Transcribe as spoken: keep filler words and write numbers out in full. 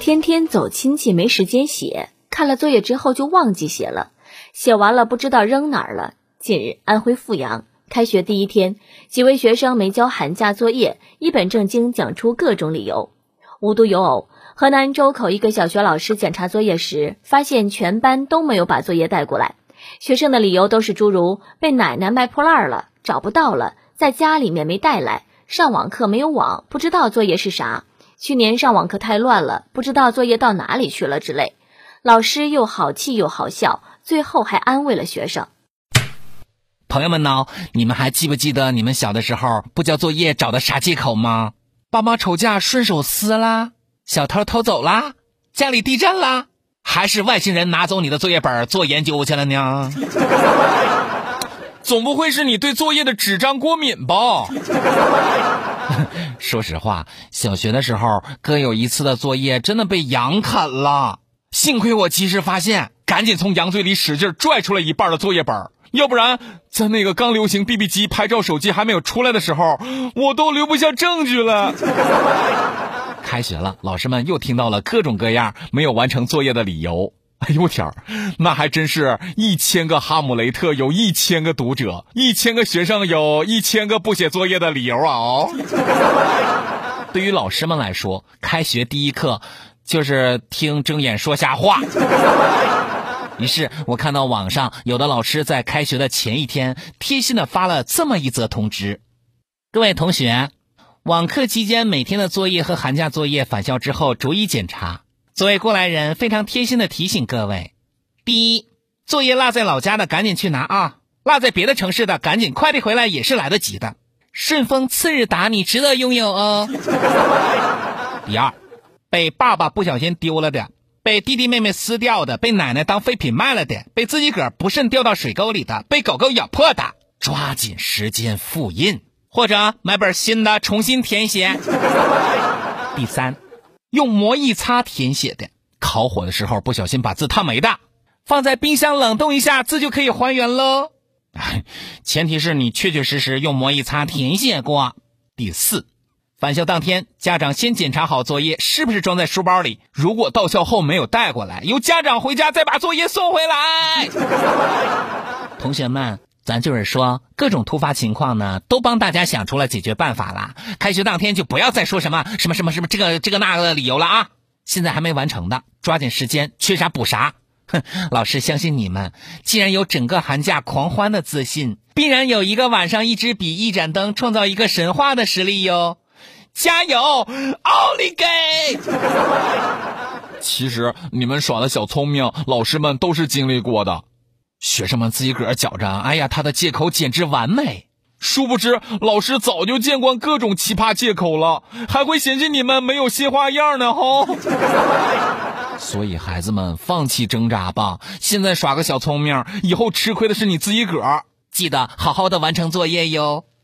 天天走亲戚没时间写，看了作业之后就忘记写了，写完了不知道扔哪儿了。近日安徽阜阳开学第一天，几位学生没交寒假作业，一本正经讲出各种理由。无独有偶，河南周口一个小学老师检查作业时，发现全班都没有把作业带过来。学生的理由都是诸如被奶奶卖破烂了，找不到了，在家里面没带来，上网课没有网，不知道作业是啥，去年上网课太乱了，不知道作业到哪里去了之类。老师又好气又好笑，最后还安慰了学生。 朋友们呢，你们还记不记得你们小的时候不交作业找的啥借口吗？爸妈吵架顺手撕啦，小偷偷走啦，家里地震啦，还是外星人拿走你的作业本做研究去了呢？ 总不会是你对作业的纸张过敏吧？ 说实话，小学的时候哥有一次的作业真的被羊啃了， 幸亏我及时发现，赶紧从羊嘴里使劲拽出了一半的作业本，要不然在那个刚流行 B B 机拍照手机还没有出来的时候，我都留不下证据了。 开学了，老师们又听到了各种各样没有完成作业的理由。 哎呦我天儿，那还真是一千个哈姆雷特有一千个读者，一千个学生有一千个不写作业的理由啊！ 哦，对于老师们来说，开学第一课就是听睁眼说瞎话。于是我看到网上有的老师在开学的前一天贴心的发了这么一则通知：各位同学，网课期间每天的作业和寒假作业返校之后逐一检查。作为过来人，非常贴心的提醒各位：第一，作业落在老家的赶紧去拿啊，落在别的城市的赶紧快递回来也是来得及的。顺丰次日达你值得拥有哦。第二，被爸爸不小心丢了的，被弟弟妹妹撕掉的，被奶奶当废品卖了的，被自己个儿不慎掉到水沟里的，被狗狗咬破的，抓紧时间复印，或者买本新的重新填写。第三，用魔一擦填写的，烤火的时候不小心把字烫没的，放在冰箱冷冻一下，字就可以还原喽。前提是你确确实实用魔一擦填写过。第四，返校当天，家长先检查好作业是不是装在书包里，如果到校后没有带过来，由家长回家再把作业送回来。同学们，咱就是说，各种突发情况呢，都帮大家想出了解决办法啦。开学当天就不要再说什么什么什么什么这个这个那个的理由了啊！现在还没完成的，抓紧时间，缺啥补啥。哼，老师相信你们，既然有整个寒假狂欢的自信，必然有一个晚上一支笔一盏灯创造一个神话的实力哟！加油，奥利给！ 其实你们耍的小聪明，老师们都是经历过的。 学生们自己个儿觉着，哎呀，他的借口简直完美。 殊不知，老师早就见惯各种奇葩借口了，还会嫌弃你们没有新花样呢吼。 所以孩子们放弃挣扎吧，现在耍个小聪明，以后吃亏的是你自己个儿。记得好好的完成作业哟。